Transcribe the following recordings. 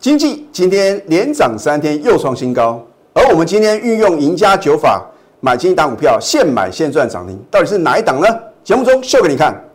经济今天连涨3天，又创新高。而我们今天运用赢家9法买进一档股票，现买现赚涨停，到底是哪一档呢？节目中秀给你看。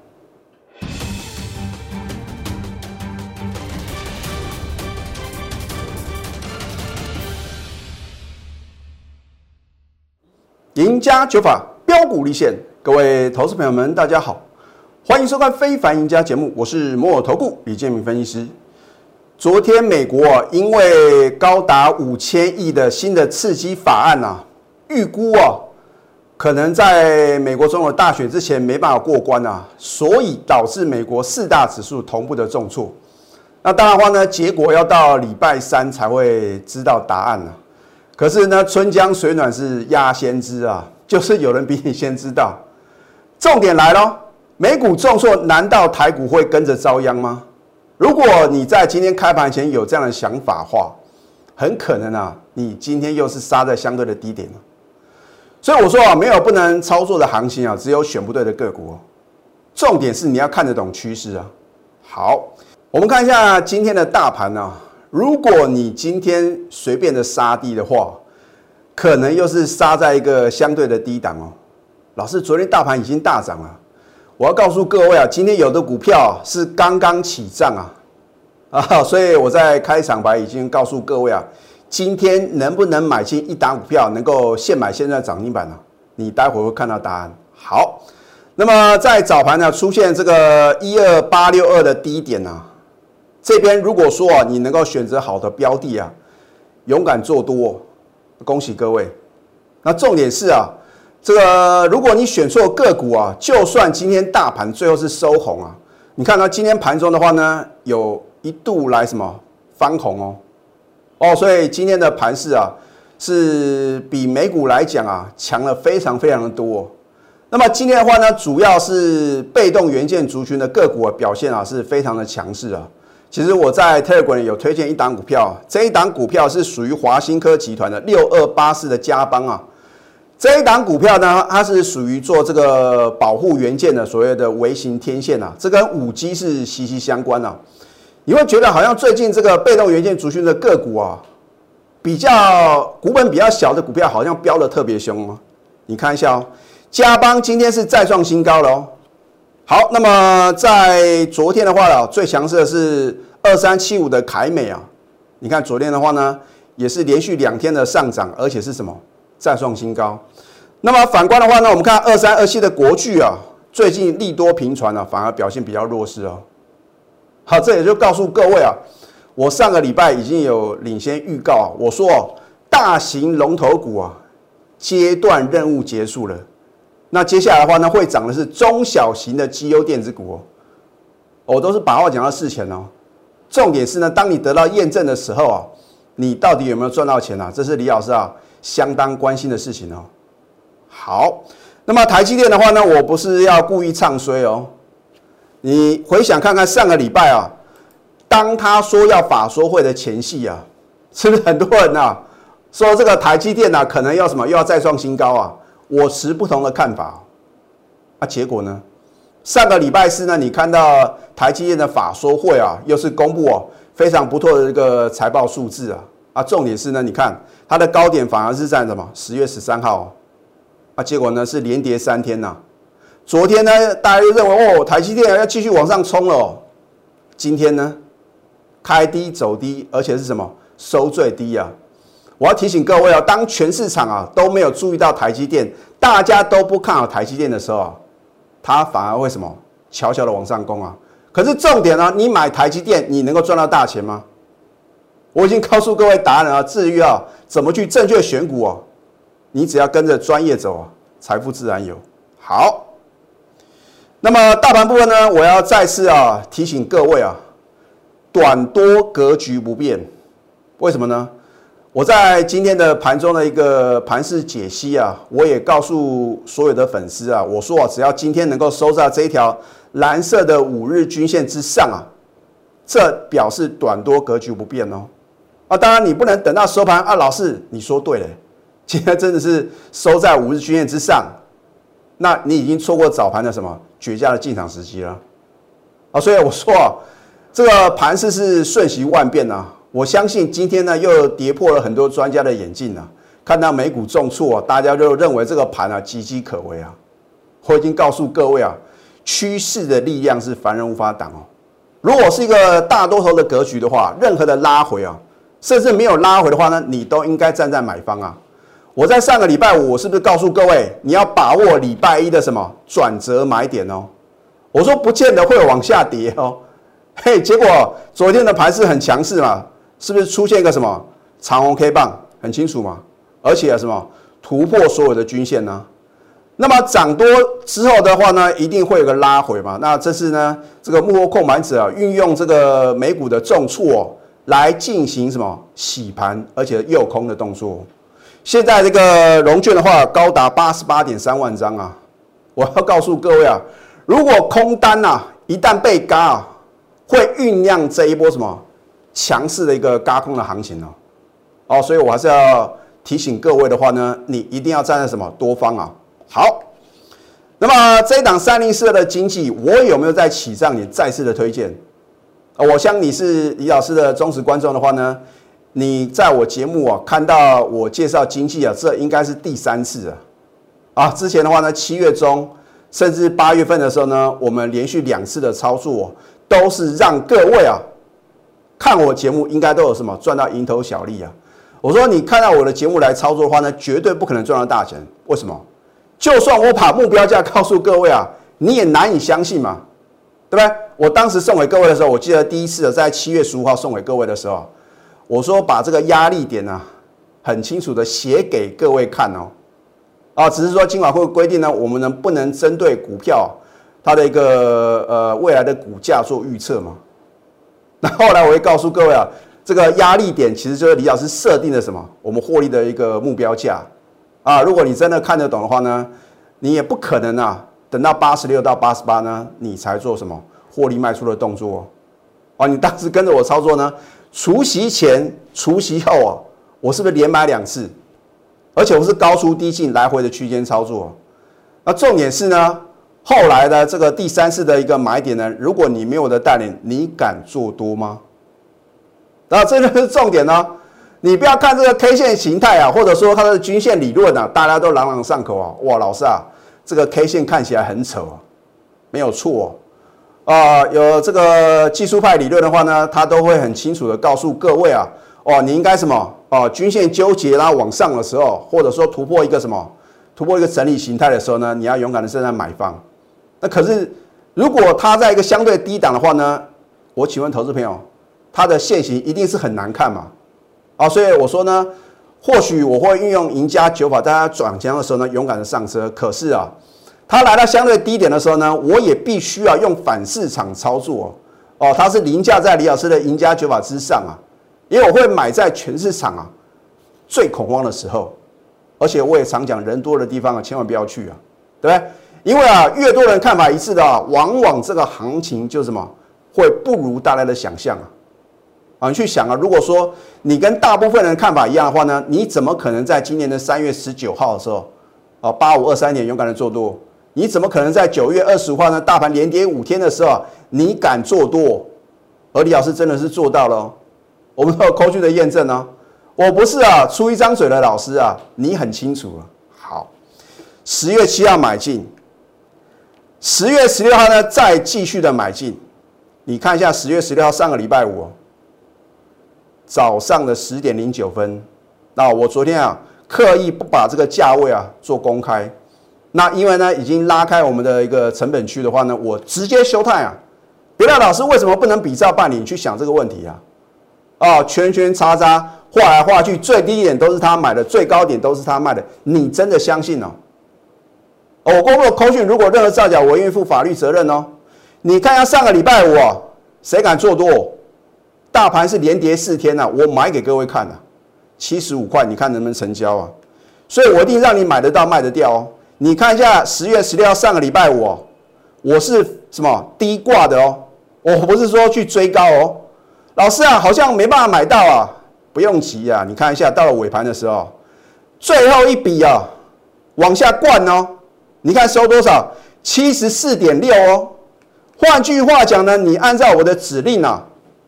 赢家9法标股立现，各位投资朋友们，大家好，欢迎收看《非凡赢家》节目，我是摩尔投顾李建明分析师。昨天美国因为高达5000亿的新的刺激法案预估可能在美国总统大选之前没办法过关所以导致美国4大指数同步的重挫。那当然的话呢，结果要到礼拜3才会知道答案可是呢，春江水暖是鸭先知就是有人比你先知道。重点来咯，美股重挫，难道台股会跟着遭殃吗？如果你在今天开盘前有这样的想法的话，很可能你今天又是杀在相对的低点所以我说没有不能操作的行情只有选不对的个股重点是你要看得懂趋势好，我们看一下今天的大盘如果你今天随便的杀低的话，可能又是杀在一个相对的低档老师，昨天大盘已经大涨了。我要告诉各位今天有的股票是刚刚起涨所以我在开场白已经告诉各位今天能不能买进一档股票能够现买现赚涨停板你待会会看到答案。好，那么在早盘出现这个12862的低点这边如果说你能够选择好的标的勇敢做多，恭喜各位。那重点是这个如果你选错个股就算今天大盘最后是收红你看到今天盘中的话呢，有一度来什么翻红所以今天的盘势是比美股来讲强了非常非常的多那么今天的话呢，主要是被动元件族群的个股表现是非常的强势其实我在 Telegram 有推荐一档股票，这一档股票是属于华新科集团的6284的嘉邦这一档股票呢，它是属于做这个保护元件的所谓的微型天线这跟 5G 是息息相关你会觉得好像最近这个被动元件族群的个股比较股本比较小的股票好像飙得特别凶你看一下嘉邦今天是再创新高了好，那么在昨天的话最强势的是2375的凯美你看昨天的话呢，也是连续2天的上涨，而且是什么？再创新高。那么反观的话呢，我们看2327的国巨最近利多频传反而表现比较弱势好，这也就告诉各位我上个礼拜已经有领先预告我说大型龙头股阶段任务结束了。那接下来的话呢，会涨的是中小型的绩优电子股我都是把话讲到事前重点是呢，当你得到验证的时候你到底有没有赚到钱这是李老师相当关心的事情好，那么台积电的话呢，我不是要故意唱衰你回想看看上个礼拜当他说要法说会的前夕是不是很多人说这个台积电可能要什么又要再创新高我持不同的看法结果呢，上个礼拜四呢，你看到台积电的法说会又是公布非常不错的这个财报数字重点是呢，你看它的高点反而是在什么10月13号结果呢是连跌3天昨天呢，大家就认为台积电要继续往上冲了今天呢，开低走低，而且是什么收最低我要提醒各位当全市场都没有注意到台积电，大家都不看好台积电的时候它反而会什么悄悄的往上攻可是重点你买台积电，你能够赚到大钱吗？我已经告诉各位答案了至于怎么去正确选股你只要跟着专业走财富自然有。好，那么大盘部分呢，我要再次提醒各位短多格局不变。为什么呢？我在今天的盘中的一个盘势解析我也告诉所有的粉丝我说只要今天能够收在这一条蓝色的5日均线之上这表示短多格局不变当然你不能等到收盘老师你说对了，今天真的是收在5日均线之上，那你已经错过早盘的什么绝佳的进场时机了所以我说这个盘势是瞬息万变我相信今天呢又跌破了很多专家的眼镜啊，看到美股重挫啊，大家就认为这个盘啊岌岌可危啊。我已经告诉各位啊，趋势的力量是凡人无法挡哦。如果是一个大多头的格局的话，任何的拉回啊，甚至没有拉回的话呢，你都应该站在买方啊。我在上个礼拜五，我是不是告诉各位，你要把握礼拜一的什么转折买点哦？我说不见得会往下跌哦。嘿，结果昨天的盘势很强势嘛，是不是出现一个什么长红 K 棒，很清楚嘛？而且什么突破所有的均线呢？那么涨多之后的话呢，一定会有个拉回嘛。那这是呢，这个幕后控盘者啊，运用这个美股的重挫哦，来进行什么洗盘，而且诱空的动作。现在这个融券的话，高达88.3万张啊！我要告诉各位啊，如果空单啊一旦被軋啊，会酝酿这一波什么强势的一个軋空的行情哦。所以我还是要提醒各位的话呢，你一定要站在什么多方啊。好，那么这一档3042的经济，我有没有在起上你再次的推荐？我相信你是李老师的忠实观众的话呢，你在我节目啊看到我介绍经济啊，这应该是第3次啊。之前的话呢，7月中甚至8月份的时候呢，我们连续2次的操作，都是让各位啊看我节目应该都有什么赚到蝇头小利啊。我说你看到我的节目来操作的话呢，绝对不可能赚到大钱。为什么？就算我把目标价告诉各位啊，你也难以相信嘛，对不对？我当时送给各位的时候，我记得第一次在7月15号送给各位的时候，我说把这个压力点啊，很清楚的写给各位看哦。只是说金管会规定呢，我们不能针对股票它的一个未来的股价做预测嘛。那后来我会告诉各位啊，这个压力点其实就是李老师设定的什么，我们获利的一个目标价。如果你真的看得懂的话呢，你也不可能等到86到88呢，你才做什么获利卖出的动作你当时跟着我操作呢，除息前、除息后我是不是连买2次？而且我是高出低进来回的区间操作。那重点是呢，后来的这个第3次的一个买点呢，如果你没有我的带领，你敢做多吗？然后这就是重点呢。你不要看这个 K 线形态或者说它的均线理论大家都朗朗上口哇，老师这个 K 线看起来很丑没有错有这个技术派理论的话呢，它都会很清楚的告诉各位你应该什么均线纠结然后往上的时候，或者说突破一个什么，突破一个整理形态的时候呢，你要勇敢的站在买方。那可是如果它在一个相对低档的话呢，我请问投资朋友，它的线型一定是很难看嘛？所以我说呢，或许我会运用赢家9法，大家转强的时候呢，勇敢的上车。可是它来到相对低点的时候呢，我也必须用反市场操作它是凌驾在李老师的赢家9法之上因为我会买在全市场最恐慌的时候，而且我也常讲，人多的地方千万不要去对不对？因为越多人看法一致的往往这个行情就什么会不如大家的想象你去想如果说你跟大部分人看法一样的话呢，你怎么可能在今年的3月19号的时候8523点勇敢的做多？你怎么可能在9月25号呢，大盘连跌5天的时候你敢做多？而李老师真的是做到了我们都有扣讯的验证我不是出一张嘴的老师你很清楚好，10月7号买进，10月16号呢再继续的买进。你看一下10月16号上个礼拜五早上的10点09分，那我昨天刻意不把这个价位做公开，那因为呢已经拉开我们的一个成本区的话呢，我直接休态别的老师为什么不能比照办理？你去想这个问题圈圈叉叉画来画去，最低点都是他买的，最高点都是他卖的，你真的相信我公布的扣讯如果任何造假，我愿意负法律责任你看一下上个礼拜五谁敢做多？大盘是连跌4天我买给各位看75块，你看能不能成交所以我一定让你买得到卖得掉你看一下10月16号上个礼拜五我是什么低挂的我不是说去追高老师好像没办法买到不用急你看一下到了尾盘的时候，最后一笔往下灌你看收多少？74.6换句话讲呢，你按照我的指令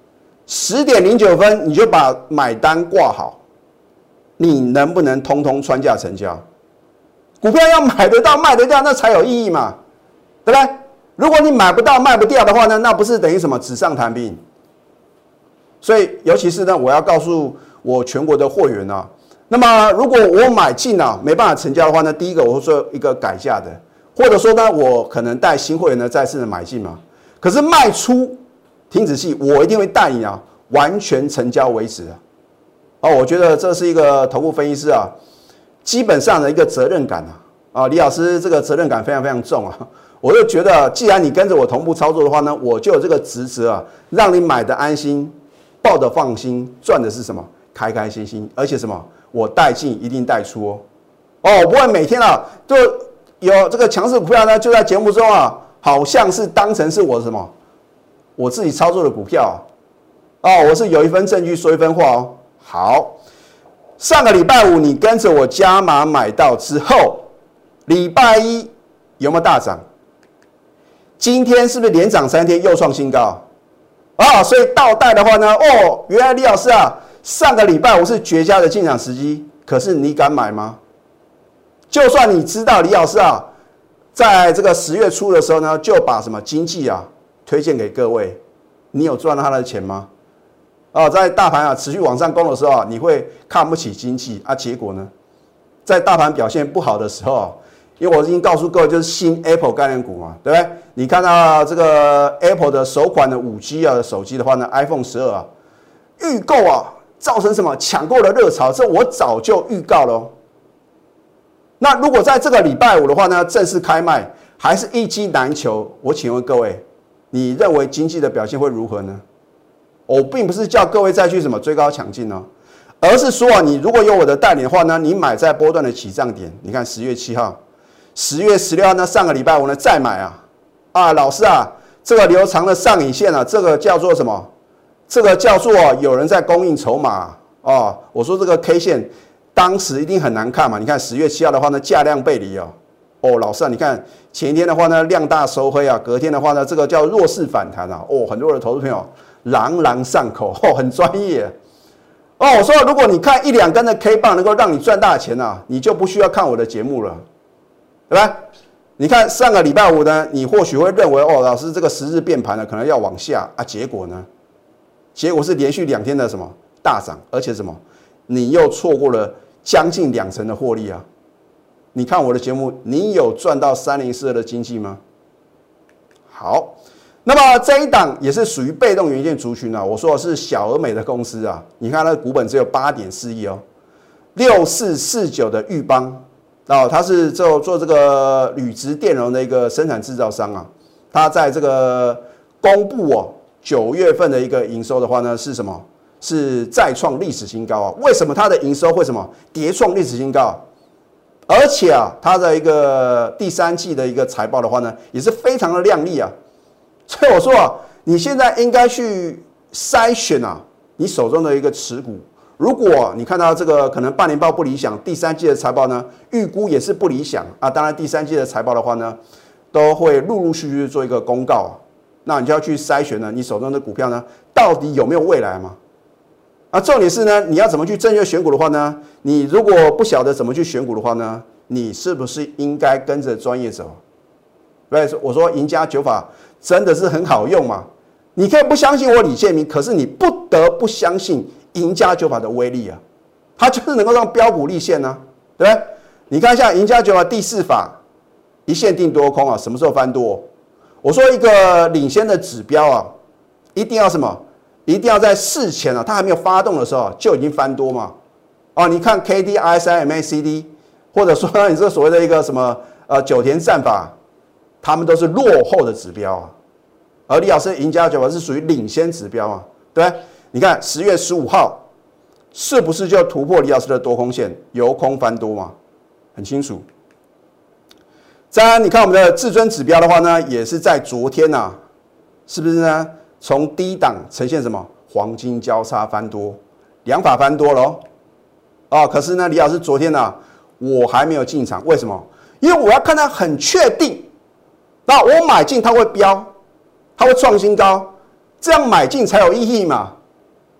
10:09你就把买单挂好，你能不能通通穿价成交？股票要买得到卖得掉，那才有意义嘛，对不对？如果你买不到卖不掉的话呢，那不是等于什么纸上谈兵？所以，尤其是呢，我要告诉我全国的会员啊，那么如果我买进啊没办法成交的话呢，第一个我会做一个改价的，或者说呢，我可能带新会员呢再次的买进嘛。可是卖出停止器，我一定会带你啊完全成交为止啊。哦，我觉得这是一个投顾分析师啊，基本上的一个责任感啊。李老师这个责任感非常非常重啊。我就觉得，既然你跟着我同步操作的话呢，我就有这个职责啊，让你买的安心，抱的放心，赚的是什么？开开心心，而且什么？我带进一定带出哦。哦，不会每天啊，就有这个强势股票呢，就在节目中啊，好像是当成是我什么？我自己操作的股票啊。哦，我是有一分证据说一分话哦。好，上个礼拜五你跟着我加码买到之后，礼拜一有没有大涨？今天是不是连涨3天又创新高啊？所以倒带的话呢，哦，原来李老师啊，上个礼拜五是绝佳的进场时机，可是你敢买吗？就算你知道李老师啊，在这个10月初的时候呢，就把什么经济啊推荐给各位，你有赚到他的钱吗？哦，在大盘啊持续往上攻的时候啊，你会看不起经济啊，结果呢，在大盘表现不好的时候啊，因为我已经告诉各位，就是新 Apple 概念股嘛，对不对？你看到这个 Apple 的首款的5G 啊手机的话呢 ，iPhone 12啊，预购啊，造成什么抢购的热潮？这我早就预告了哦。那如果在这个礼拜五的话呢，正式开卖，还是一机难求？我请问各位，你认为经济的表现会如何呢？我并不是叫各位再去什么追高抢进哦，而是说啊，你如果有我的带领的话呢，你买在波段的起涨点，你看10月7号。10月16号呢，上个礼拜五呢再买啊，老师啊，这个留长的上影线啊，这个叫做什么？这个叫做有人在供应筹码哦。我说这个 K 线当时一定很难看嘛，你看10月7号的话呢，价量背离哦，老师啊，你看前一天的话呢，量大收黑啊，隔天的话呢，这个叫弱势反弹啊，哦，很多的投资朋友朗朗上口哦，很专业哦。我说如果你看1、2根的 K 棒能够让你赚大钱啊，你就不需要看我的节目了。对吧？你看上个礼拜五呢，你或许会认为哦，老师这个10日变盘了，可能要往下啊。结果呢？结果是连续2天的什么大涨，而且什么？你又错过了将近2成的获利啊！你看我的节目，你有赚到3042的经济吗？好，那么这一档也是属于被动元件族群啊。我说的是小而美的公司啊，你看它的股本只有8.4亿哦，6449的裕邦。哦，它是做这个铝质电容的一个生产制造商啊。它在这个公布9月份的一个营收的话呢，是什么？是再创历史新高啊！为什么它的营收会什么跌创历史新高？而且啊，它的一个第3季的一个财报的话呢，也是非常的亮丽啊。所以我说啊，你现在应该去筛选啊，你手中的一个持股。如果你看到这个可能半年报不理想，第3季的财报呢预估也是不理想啊。当然第3季的财报的话呢，都会陆陆续续做一个公告啊。那你就要去筛选呢，你手中的股票呢到底有没有未来嘛？啊，重点是呢，你要怎么去正确选股的话呢？你如果不晓得怎么去选股的话呢，你是不是应该跟着专业走？对，我说赢家九法真的是很好用嘛。你可以不相信我李建明，可是你不得不相信赢家九法的威力啊，它就是能够让标股立现啊，对不对？你看一下赢家九法第4法，一线定多空啊，什么时候翻多？我说一个领先的指标啊，一定要什么？一定要在事前啊，它还没有发动的时候就已经翻多嘛。哦，你看 KD、RSI、MACD， 或者说你这所谓的一个什么九田战法，他们都是落后的指标啊。而李老师赢家九法是属于领先指标啊，对不对？你看10月15号是不是就突破李老师的多空线，由空翻多嘛？很清楚。再来，你看我们的至尊指标的话呢，也是在昨天啊，是不是呢？从低档呈现什么黄金交叉翻多，2法翻多了哦。可是呢，李老师昨天呢，我还没有进场，为什么？因为我要看它很确定，那我买进它会飙，它会创新高，这样买进才有意义嘛，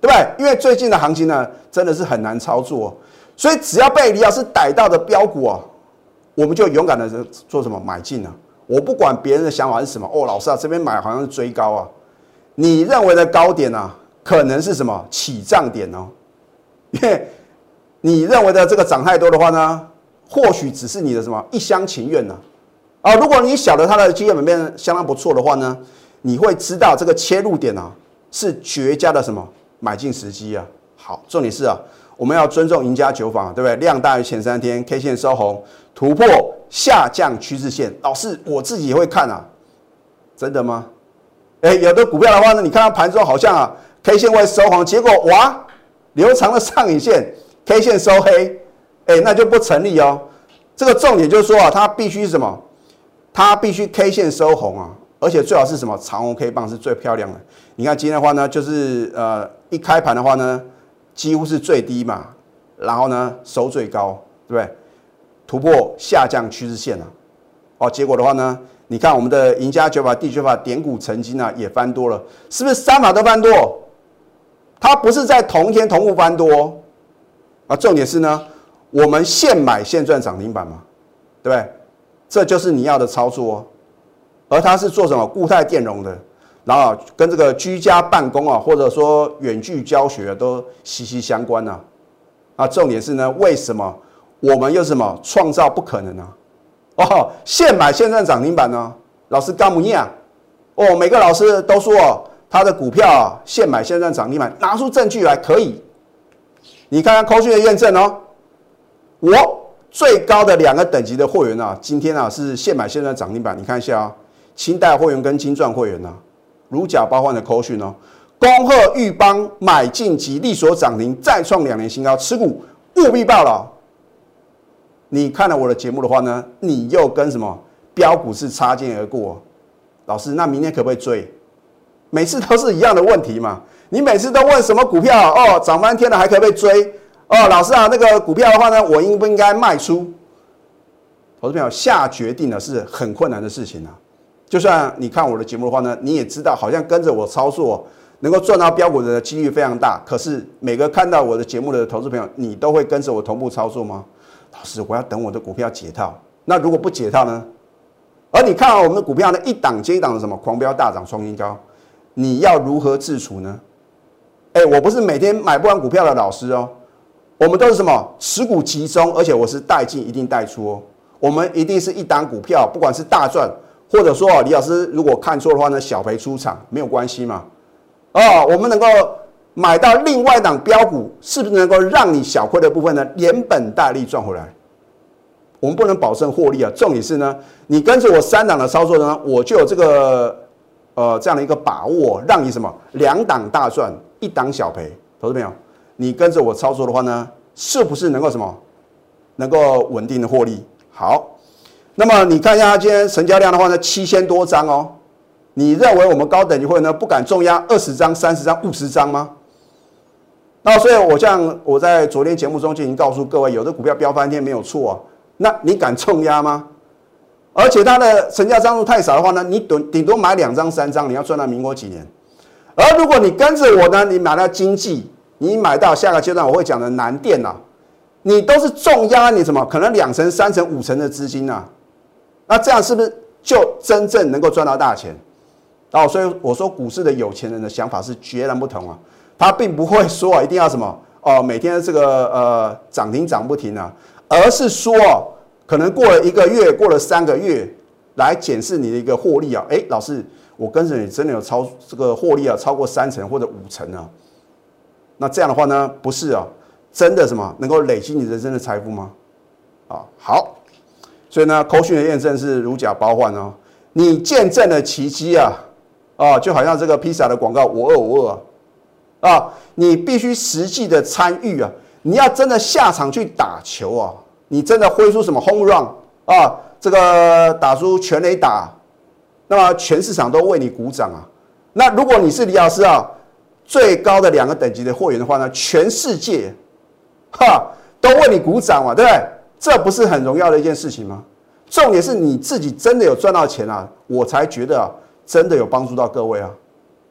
对不对？因为最近的行情呢，真的是很难操作，所以只要被李老师逮到的标股啊，我们就勇敢的做什么买进啊。我不管别人的想法是什么哦，老师啊，这边买好像是追高啊，你认为的高点啊，可能是什么起涨点哦，因为你认为的这个涨太多的话呢，或许只是你的什么一厢情愿呢啊。如果你晓得它的基本面相当不错的话呢，你会知道这个切入点啊是绝佳的什么买进时机啊。好，重点是啊，我们要尊重赢家九法，对不对？量大于前3天 ，K 线收红，突破下降趋势线。老师，我自己也会看啊，真的吗？有的股票的话呢，你看到盘中好像啊 ，K 线会收红，结果哇，留长的上影线 ，K 线收黑，那就不成立哦。这个重点就是说啊，它必须什么？它必须 K 线收红啊，而且最好是什么长红 K 棒是最漂亮的。你看今天的话呢，就是一开盘的话呢，几乎是最低嘛，然后呢收最高，对不对？突破下降趋势线啊，结果的话呢，你看我们的赢家九法第9法点股成金啊也翻多了，是不是3法都翻多？它不是在同一天同步翻多啊，重点是呢，我们现买现赚涨停板嘛，对不对？这就是你要的操作哦。而它是做什么固态电容的，然后跟这个居家办公啊，或者说远距教学都息息相关啊。重点是呢，为什么我们又什么创造不可能呢？现买现赚涨停板呢？老师干不样哦？每个老师都说他的股票啊，现买现赚涨停板，拿出证据来可以。你看看扣讯的验证哦，我最高的2个等级的会员啊，今天啊是现买现赚涨停板，你看一下啊，清代会员跟金钻会员啊，如假包换的扣讯哦，恭贺裕邦买进及利所涨停，再创2年新高，持股务必报了。你看了我的节目的话呢，你又跟什么标股是擦肩而过，老师，那明天可不可以追？每次都是一样的问题嘛，你每次都问什么股票哦，涨翻天了还可不可以追？哦，老师啊，那个股票的话呢，我应不应该卖出？投资朋友下决定呢是很困难的事情啊。就算你看我的节目的话呢，你也知道，好像跟着我操作能够赚到标股的几率非常大。可是每个看到我的节目的投资朋友，你都会跟着我同步操作吗？老师，我要等我的股票解套。那如果不解套呢？而你看到我们的股票呢，一档接一档的什么狂飙大涨创新高，你要如何自处呢？我不是每天买不完股票的老师哦，我们都是什么持股集中，而且我是带进一定带出哦。我们一定是一档股票，不管是大赚，或者说李老师如果看错的话呢，小赔出场没有关系嘛。我们能够买到另外一档标股，是不是能够让你小亏的部分呢，连本带利赚回来？我们不能保证获利啊，重点是呢，你跟着我3档的操作呢，我就有这个这样的一个把握，让你什么2档大赚，1档小赔。投资朋友，你跟着我操作的话呢，是不是能够什么能够稳定的获利？好，那么你看一下今天成交量的话呢，7000多张哦。你认为我们高等级会员呢不敢重压20张、30张、50张吗？那所以我在昨天节目中就已经告诉各位，有的股票飙翻天没有错啊，那你敢重压吗？而且它的成交张数太少的话呢，你顶多买2张、3张，你要赚到民国几年？而如果你跟着我呢，你买到经济，你买到下个阶段我会讲的南电啊，你都是重压你什么？可能2成、3成、5成的资金啊，那这样是不是就真正能够赚到大钱？所以我说股市的有钱人的想法是截然不同啊，他并不会说一定要什么每天这个涨停涨不停啊，而是说可能过了1个月，过了3个月来检视你的一个获利啊，老师，我跟着你真的有这个获利啊，超过3成或者5成啊，那这样的话呢，不是真的什么能够累积你人生的财富吗？好，所以呢，扣讯的验证是如假包换哦，你见证了奇迹啊！就好像这个披萨的广告5252你必须实际的参与啊！你要真的下场去打球啊！你真的挥出什么 home run 这个打出全垒打，那么全市场都为你鼓掌啊！那如果你是李老师最高的2个等级的会员的话呢，全世界都为你鼓掌嘛，对不对？这不是很荣耀的一件事情吗？重点是你自己真的有赚到钱啊，我才觉得真的有帮助到各位啊。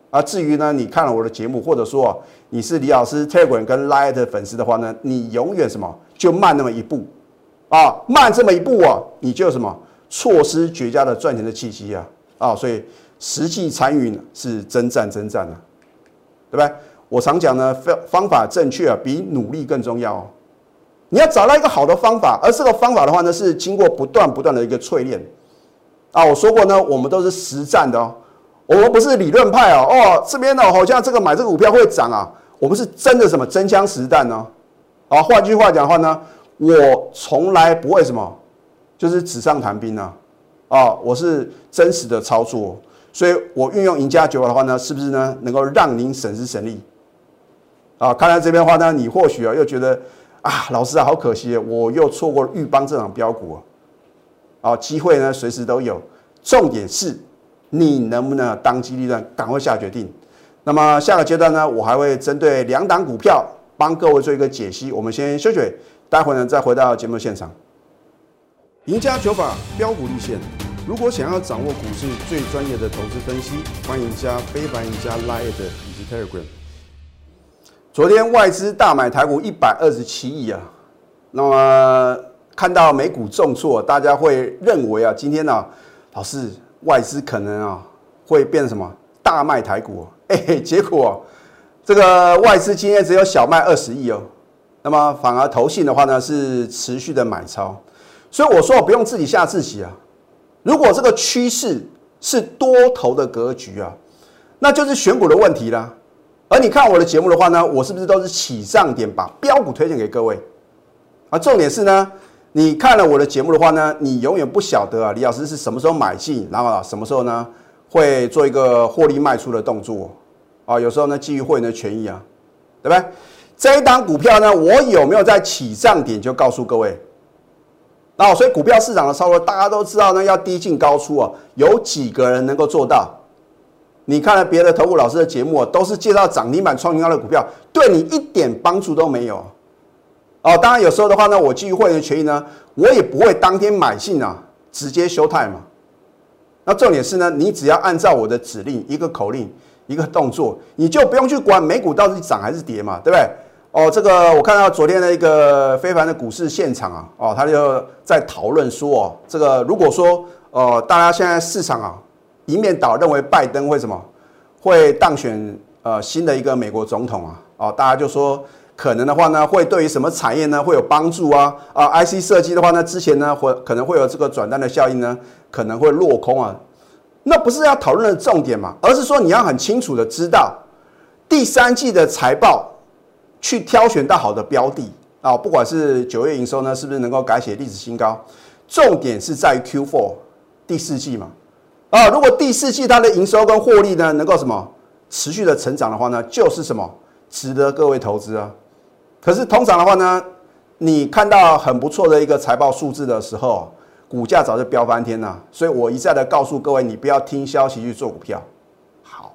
啊，至于呢，你看了我的节目，或者说你是李老师 Telegram 跟 Line 的粉丝的话呢，你永远什么就慢那么一步啊，慢这么一步啊，你就什么错失绝佳的赚钱的契机啊，所以实际参与是征战啊，对不对？我常讲呢，方法正确啊，比努力更重要哦。你要找到一个好的方法，而这个方法的话呢，是经过不断的一个淬炼啊。我说过呢，我们都是实战的哦。我们不是理论派哦，这边呢好像这个买这个股票会涨啊，我们是真的什么真枪实弹呢？啊，换句话讲的话呢，我从来不会什么，就是纸上谈兵啊，我是真实的操作，所以我运用赢家9法的话呢，是不是呢能够让您省时省力？啊，看到这边的话呢，你或许又觉得啊，老师啊，好可惜，我又错过了裕邦这场标股啊，机会呢随时都有，重点是。你能不能当机立断，赶快下决定？那么下个阶段呢，我还会针对2档股票帮各位做一个解析。我们先休息，待会呢再回到节目现场。赢家9法标股立现。如果想要掌握股市最专业的投资分析，欢迎加非凡、赢家 Line 以及 Telegram。昨天外资大买台股127亿啊，那么看到美股重挫，大家会认为啊，今天呢，老师。外资可能会变什么大卖台股结果这个外资今天只有小卖20亿哦，那么反而投信的话呢是持续的买超，所以我说我不用自己吓自己啊。如果这个趋势是多头的格局啊，那就是选股的问题啦。而你看我的节目的话呢，我是不是都是起涨点把标股推荐给各位啊？重点是呢。你看了我的节目的话呢，你永远不晓得啊，李老师是什么时候买进，然后什么时候呢会做一个获利卖出的动作啊？有时候呢基于会员的权益啊，对不对？这一档股票呢，我有没有在起涨点就告诉各位？那所以股票市场的操作，大家都知道呢，要低进高出啊，有几个人能够做到？你看了别的投顾老师的节目都是介绍涨停板创新高的股票，对你一点帮助都没有。当然有时候的话呢，我基于会员的权益呢，我也不会当天买进直接休态嘛。那重点是呢，你只要按照我的指令，一个口令，一个动作，你就不用去管美股到底涨还是跌嘛，对不对？这个我看到昨天的一个非凡的股市现场他就在讨论说这个如果说大家现在市场一面倒认为拜登会什么会当选新的一个美国总统大家就说。可能的话呢，会对于什么产业呢会有帮助IC 设计的话呢，之前呢可能会有这个转单的效应呢，可能会落空那不是要讨论的重点嘛，而是说你要很清楚的知道第3季的财报，去挑选到好的标的不管是9月营收呢是不是能够改写历史新高，重点是在于 Q4 第4季嘛如果第4季它的营收跟获利呢能够什么持续的成长的话呢，就是什么值得各位投资可是通常的话呢，你看到很不错的一个财报数字的时候，股价早就飙翻天了。所以我一再的告诉各位，你不要听消息去做股票。好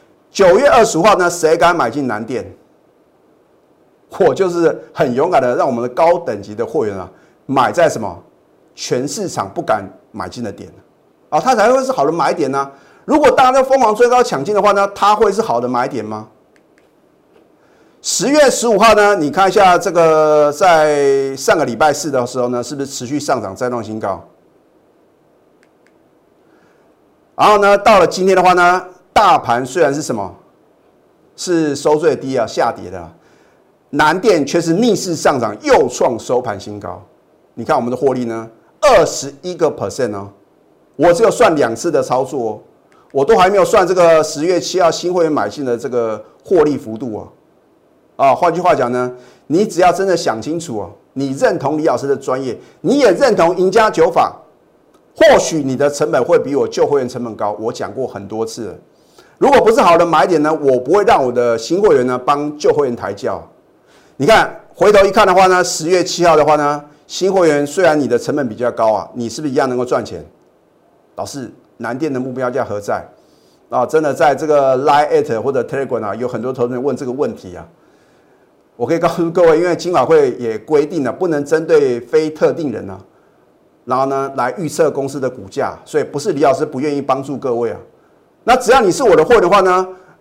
，9月25号呢，谁敢买进南电？我就是很勇敢的让我们的高等级的会员买在什么全市场不敢买进的点它才会是好的买点呢。如果大家都疯狂追高抢进的话呢，它会是好的买点吗？10月15号呢，你看一下这个，在上个礼拜4的时候呢，是不是持续上涨再创新高？然后呢，到了今天的话呢，大盘虽然是什么，是收最低下跌的，南电却是逆势上涨，又创收盘新高。你看我们的获利呢，21%我只有算2次的操作我都还没有算这个10月7号新会员买进的这个获利幅度换句话讲呢，你只要真的想清楚你认同李老师的专业，你也认同赢家9法，或许你的成本会比我旧会员成本高。我讲过很多次了，如果不是好的买点呢，我不会让我的新会员呢帮旧会员抬轿。你看回头一看的话呢，10月7号的话呢，新会员虽然你的成本比较高你是不是一样能够赚钱？老师，南电的目标价何在？真的在这个 Line@ 或者 Telegram 有很多投资人问这个问题我可以告诉各位，因为金管会也规定了，不能针对非特定人然后呢来预测公司的股价，所以不是李老师不愿意帮助各位那只要你是我的会员的话呢，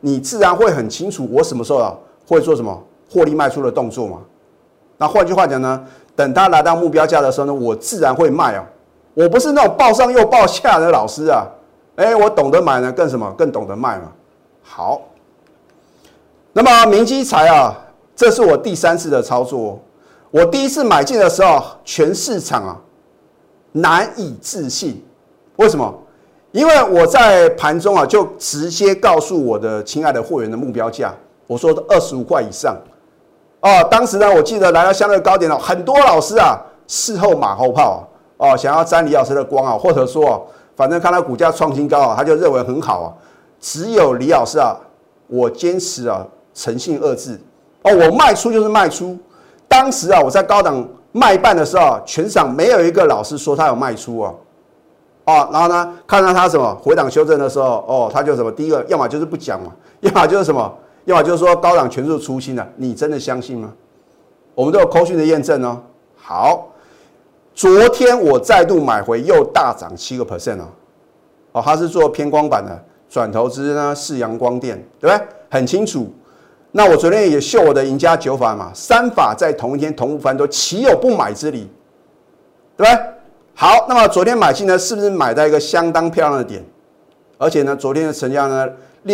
你自然会很清楚我什么时候会做什么获利卖出的动作嘛。那换句话讲呢，等它来到目标价的时候呢，我自然会卖哦。我不是那种报上又报下的老师啊，我懂得买呢，更什么更懂得卖嘛。好，那么明基材这是我第3次的操作。我第一次买进的时候，全市场难以置信。为什么？因为我在盘中就直接告诉我的亲爱的会员的目标价，我说25块以上。当时呢，我记得来到相对高点很多老师事后马后炮想要沾李老师的光或者说反正看到股价创新高他就认为很好只有李老师我坚持诚信2字我卖出就是卖出。当时我在高档卖半的时候，全场没有一个老师说他有卖出然后呢，看到他什么回档修正的时候他就什么第一个要么就是不讲嘛，要么就是什么，要么就是说高档全数出清了，你真的相信吗？我们都有扣讯的验证好，昨天我再度买回，又大涨7%它是做偏光板的，转投资呢是阳光电，对不对？很清楚。那我昨天也秀我的赢家9法嘛，3法在同一天同步翻多，岂有不买之理？对不对？好，那么昨天买进呢，是不是买在一个相当漂亮的点？而且呢，昨天的成交呢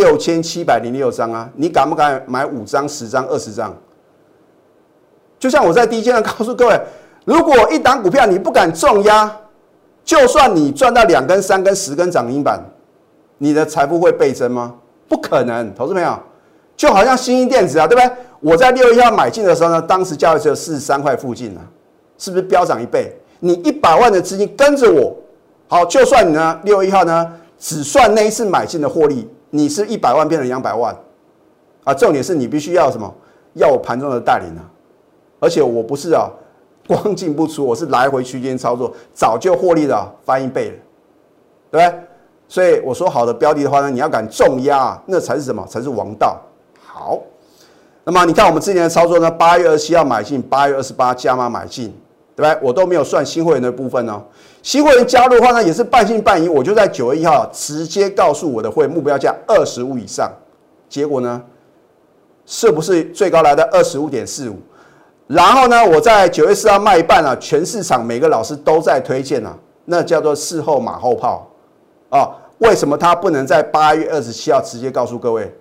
6706张你敢不敢买5张、10张、20张？就像我在第一阶段告诉各位，如果一档股票你不敢重压，就算你赚到2根、3根、10根涨停板，你的财富会倍增吗？不可能，投资朋友。就好像新兴电子对不对？我在6月1号买进的时候呢，当时价位只有43块附近是不是飙涨1倍？你100万的资金跟着我，好，就算你呢6月1号呢只算那一次买进的获利，你是100万变成200万重点是你必须要什么？要我盘中的带领而且我不是光进不出，我是来回区间操作，早就获利了翻1倍了，对不对？所以我说好的标的的话呢，你要敢重压那才是什么？才是王道。好，那么你看我们之前的操作呢，8月27号买进，8月28加码买进，对不对？我都没有算新会员的部分新会员加入的话呢，也是半信半疑。我就在9月1号直接告诉我的会员目标价25以上，结果呢，是不是最高来到25.45？然后呢，我在9月4号卖一半全市场每个老师都在推荐那叫做事后马后炮为什么他不能在8月27号直接告诉各位？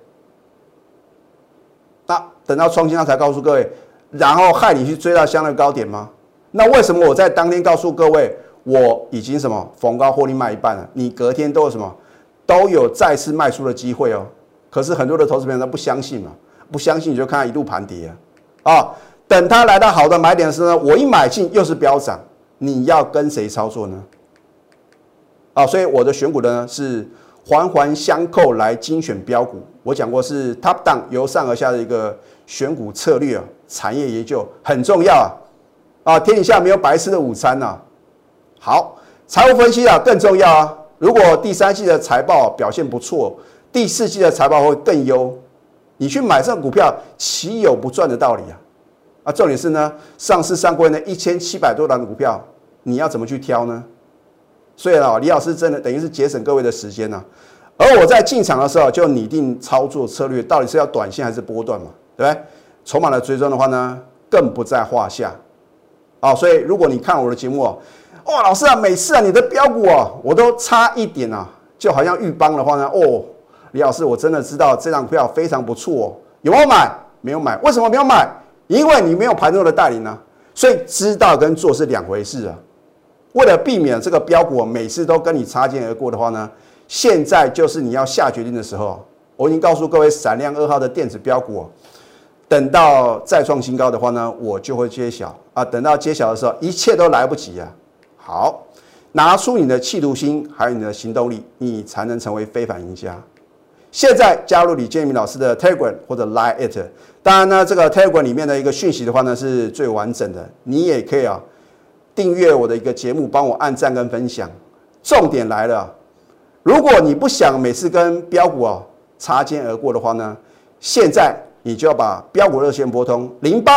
那等到创新他才告诉各位，然后害你去追到相对高点吗？那为什么我在当天告诉各位，我已经什么逢高获利卖一半了？你隔天都有什么都有再次卖出的机会可是很多的投资朋友都不相信嘛，不相信你就看它一路盘跌等它来到好的买点的时候呢，我一买进又是飙涨，你要跟谁操作呢？所以我的选股呢是环环相扣来精选标股。我讲过是 top down 由上而下的一个选股策略产业研究很重要天底下没有白吃的午餐好，财务分析更重要如果第3季的财报表现不错，第4季的财报会更优，你去买这种股票岂有不赚的道理重点是呢，上市上柜呢1700多档的股票，你要怎么去挑呢？所以李老师真的等于是节省各位的时间而我在进场的时候就拟定操作策略，到底是要短线还是波段嘛，对不对？筹码的追踪的话呢，更不在话下所以如果你看我的节目老师每次你的标股我都差一点就好像玉邦的话呢李老师我真的知道这张股票非常不错有没有买？没有买。为什么没有买？因为你没有盘中的带领所以知道跟做是2回事为了避免这个标股每次都跟你擦肩而过的话呢，现在就是你要下决定的时候。我已经告诉各位，闪亮2号的电子标股等到再创新高的话呢，我就会揭晓等到揭晓的时候，一切都来不及好，拿出你的企图心，还有你的行动力，你才能成为非凡赢家。现在加入李建明老师的 Telegram 或者 Line， 当然呢，这个 Telegram 里面的一个讯息的话呢是最完整的，你也可以订阅我的一个节目，帮我按赞跟分享。重点来了，如果你不想每次跟标股擦肩而过的话呢，现在你就要把标股热线拨通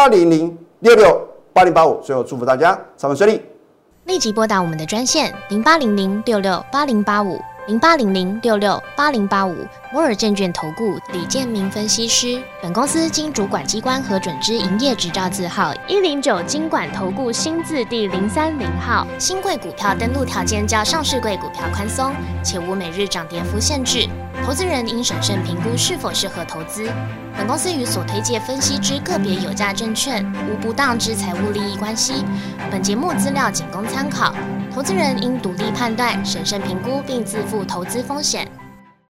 0800668085。最后祝福大家操盘顺利， 立即拨打我们的专线0800668085。 0800668085，摩尔证券投顾李建明分析师。本公司经主管机关核准之营业执照字号109金管投顾新字第030号。新贵股票登录条件较上市贵股票宽松，且无每日涨跌幅限制。投资人应审慎评估是否适合投资。本公司与所推介分析之个别有价证券无不当之财务利益关系。本节目资料仅供参考，投资人应独立判断、审慎评估并自负投资风险。